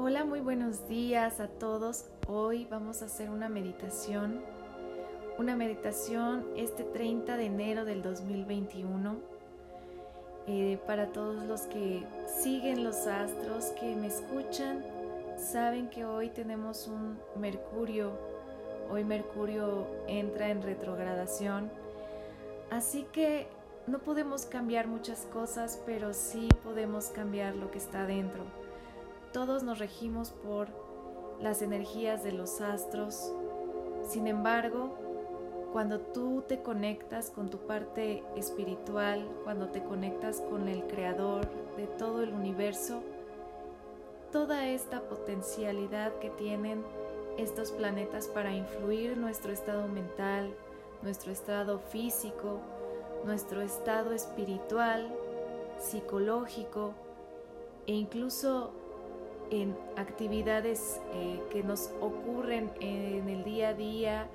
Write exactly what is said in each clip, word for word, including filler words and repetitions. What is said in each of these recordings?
Hola, muy buenos días a todos. Hoy vamos a hacer una meditación, una meditación este treinta de enero del dos mil veintiuno. Eh, para todos los que siguen los astros, que me escuchan, saben que hoy tenemos un Mercurio. Hoy Mercurio entra en retrogradación, así que no podemos cambiar muchas cosas, pero sí podemos cambiar lo que está dentro. Todos nos regimos por las energías de los astros. Sin embargo, cuando tú te conectas con tu parte espiritual, cuando te conectas con el creador de todo el universo, toda esta potencialidad que tienen estos planetas para influir nuestro estado mental, nuestro estado físico, nuestro estado espiritual, psicológico e incluso en actividades eh, que nos ocurren en el día a día.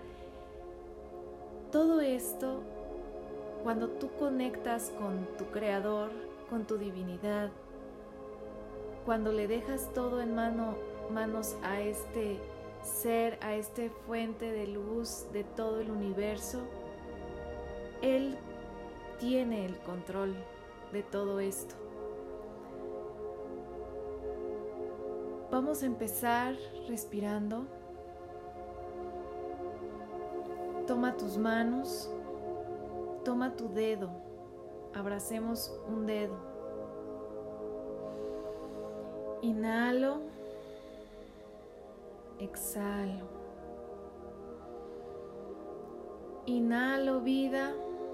Todo esto, cuando tú conectas con tu creador, con tu divinidad, cuando le dejas todo en mano, manos a este ser, a este fuente de luz de todo el universo, Él tiene el control de todo esto. Vamos a empezar respirando. Toma tus manos, toma tu dedo, abracemos un dedo. Inhalo, exhalo. Inhalo vida,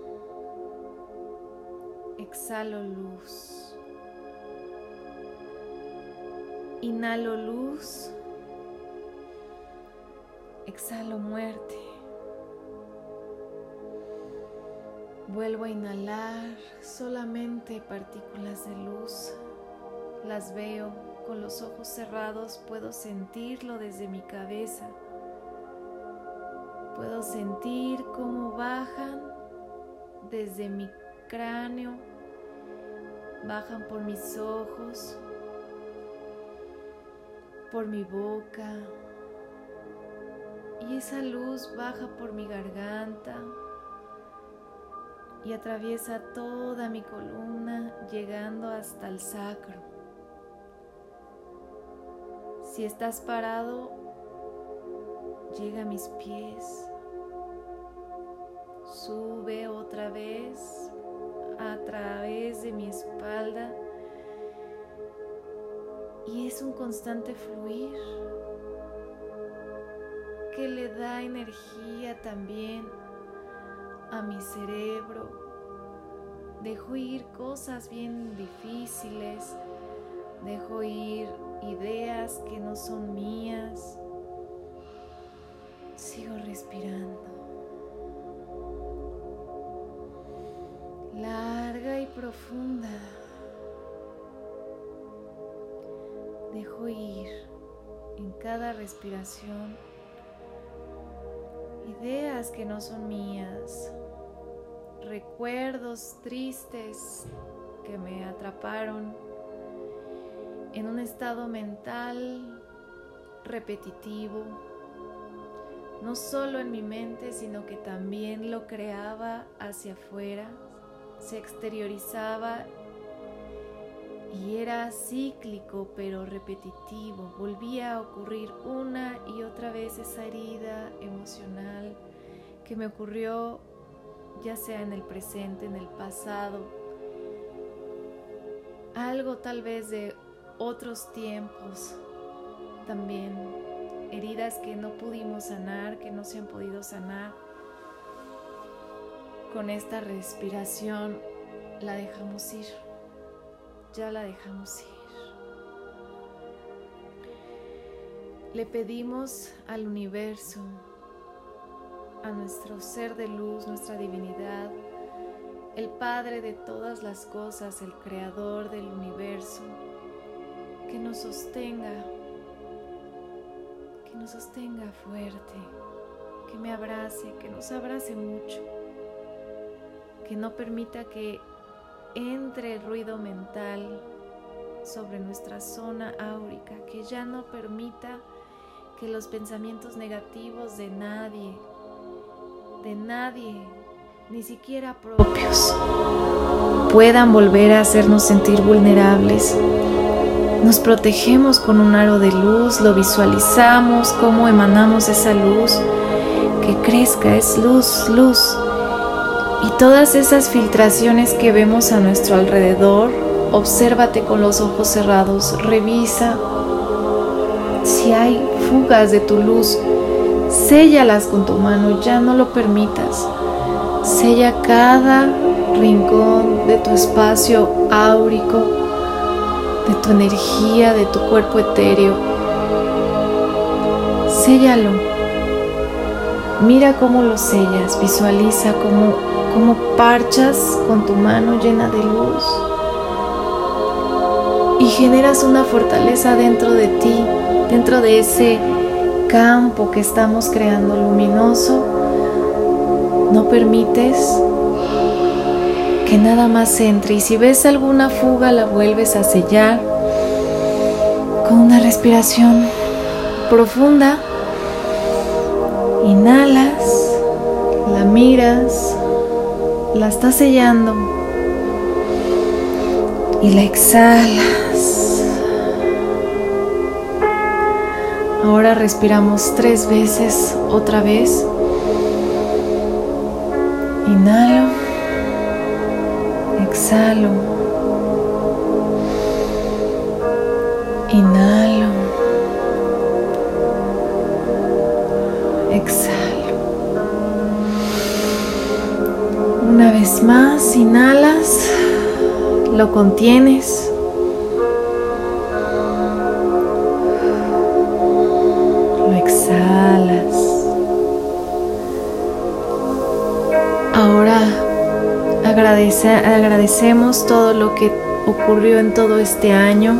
exhalo luz. Inhalo luz, exhalo muerte. Vuelvo a inhalar solamente partículas de luz. Las veo con los ojos cerrados, puedo sentirlo desde mi cabeza. Puedo sentir cómo bajan desde mi cráneo, bajan por mis ojos, por mi boca, y esa luz baja por mi garganta y atraviesa toda mi columna, llegando hasta el sacro. Si estás parado, llega a mis pies, sube otra vez a través de mi espalda. Y es un constante fluir que le da energía también a mi cerebro. Dejo ir cosas bien difíciles, dejo ir ideas que no son mías. Sigo respirando. Larga y profunda. Dejo ir en cada respiración ideas que no son mías, recuerdos tristes que me atraparon en un estado mental repetitivo, no solo en mi mente, sino que también lo creaba hacia afuera, se exteriorizaba. Y era cíclico pero repetitivo, volvía a ocurrir una y otra vez esa herida emocional que me ocurrió ya sea en el presente, en el pasado, algo tal vez de otros tiempos también, heridas que no pudimos sanar, que no se han podido sanar. Con esta respiración la dejamos ir. Ya la dejamos ir. Le pedimos al universo, a nuestro ser de luz, nuestra divinidad, el Padre de todas las cosas, el Creador del universo, que nos sostenga, que nos sostenga fuerte, que me abrace, que nos abrace mucho, que no permita que entre el ruido mental, sobre nuestra zona áurica, que ya no permita que los pensamientos negativos de nadie, de nadie, ni siquiera propios, puedan volver a hacernos sentir vulnerables. Nos protegemos con un aro de luz, lo visualizamos, cómo emanamos esa luz, que crezca, es luz, luz. Y todas esas filtraciones que vemos a nuestro alrededor, obsérvate con los ojos cerrados, revisa si hay fugas de tu luz, séllalas con tu mano, ya no lo permitas. Sella cada rincón de tu espacio áurico, de tu energía, de tu cuerpo etéreo. Séllalo. Mira cómo lo sellas, visualiza cómo, cómo parchas con tu mano llena de luz y generas una fortaleza dentro de ti, dentro de ese campo que estamos creando luminoso. No permites que nada más entre, y si ves alguna fuga la vuelves a sellar con una respiración profunda. Inhalas, la miras, la estás sellando y la exhalas. Ahora respiramos tres veces otra vez. Inhalo, exhalo, inhalo, exhalo. Una vez más, inhalas, lo contienes. Lo exhalas. Ahora agradece, agradecemos todo lo que ocurrió en todo este año,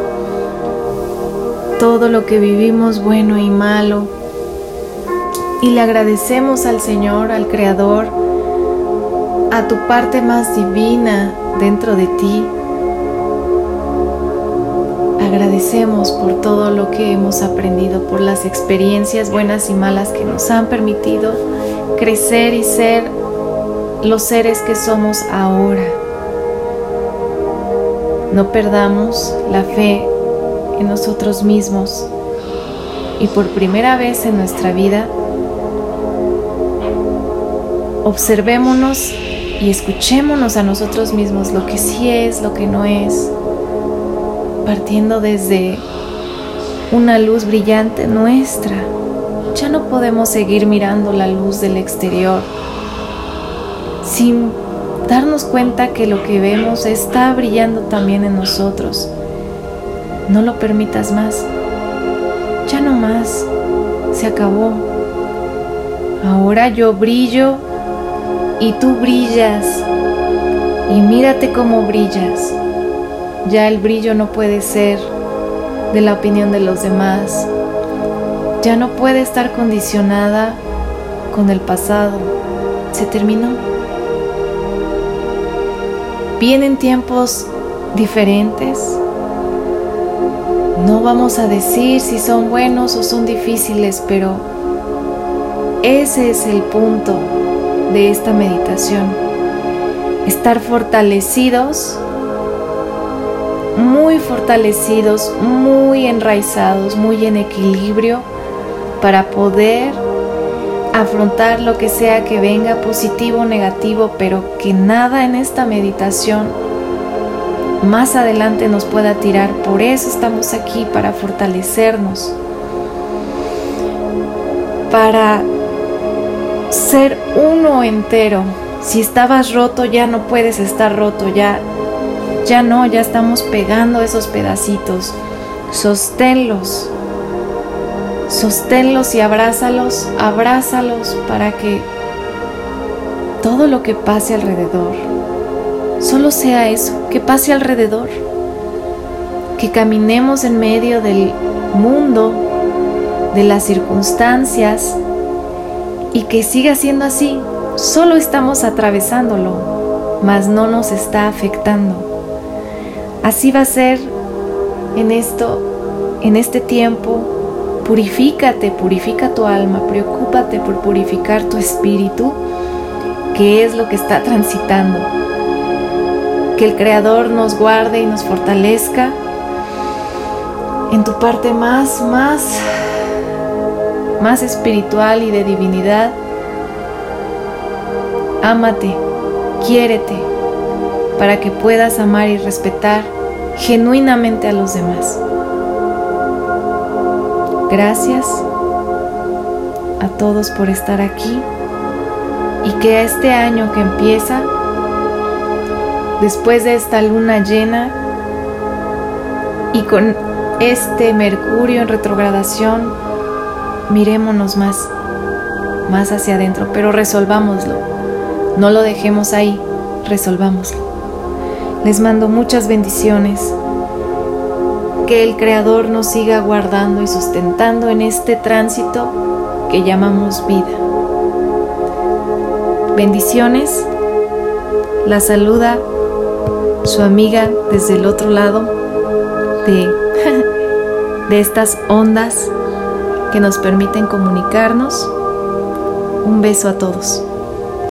todo lo que vivimos bueno y malo, y le agradecemos al Señor, al Creador, a tu parte más divina dentro de ti. Agradecemos por todo lo que hemos aprendido, por las experiencias buenas y malas que nos han permitido crecer y ser los seres que somos ahora. No perdamos la fe en nosotros mismos y por primera vez en nuestra vida observémonos y escuchémonos a nosotros mismos, lo que sí es, lo que no es, partiendo desde una luz brillante nuestra. Ya no podemos seguir mirando la luz del exterior sin darnos cuenta que lo que vemos está brillando también en nosotros. No lo permitas más. Ya no más. Se acabó. Ahora yo brillo y tú brillas. Y mírate cómo brillas. Ya el brillo no puede ser de la opinión de los demás. Ya no puede estar condicionada con el pasado. Se terminó. Vienen tiempos diferentes. No vamos a decir si son buenos o son difíciles, pero ese es el punto de esta meditación. Estar fortalecidos, muy fortalecidos, muy enraizados, muy en equilibrio para poder afrontar lo que sea que venga, positivo o negativo, pero que nada en esta meditación más adelante nos pueda tirar. Por eso estamos aquí, para fortalecernos, para ser uno entero. Si estabas roto, ya no puedes estar roto, ya, ya no, ya estamos pegando esos pedacitos. Sosténlos. Sosténlos y abrázalos, abrázalos para que todo lo que pase alrededor solo sea eso, que pase alrededor, que caminemos en medio del mundo, de las circunstancias, y que siga siendo así. Solo estamos atravesándolo, mas no nos está afectando. Así va a ser en esto, en este tiempo, purifícate, purifica tu alma, preocúpate por purificar tu espíritu, que es lo que está transitando. Que el Creador nos guarde y nos fortalezca en tu parte más, más, más espiritual y de divinidad. Ámate, quiérete, para que puedas amar y respetar genuinamente a los demás. Gracias a todos por estar aquí y que este año que empieza, después de esta luna llena y con este Mercurio en retrogradación, mirémonos más, más hacia adentro, pero resolvámoslo, no lo dejemos ahí, resolvámoslo. Les mando muchas bendiciones, que el Creador nos siga guardando y sustentando en este tránsito que llamamos vida. Bendiciones, la saluda su amiga desde el otro lado de, de estas ondas que nos permiten comunicarnos. Un beso a todos.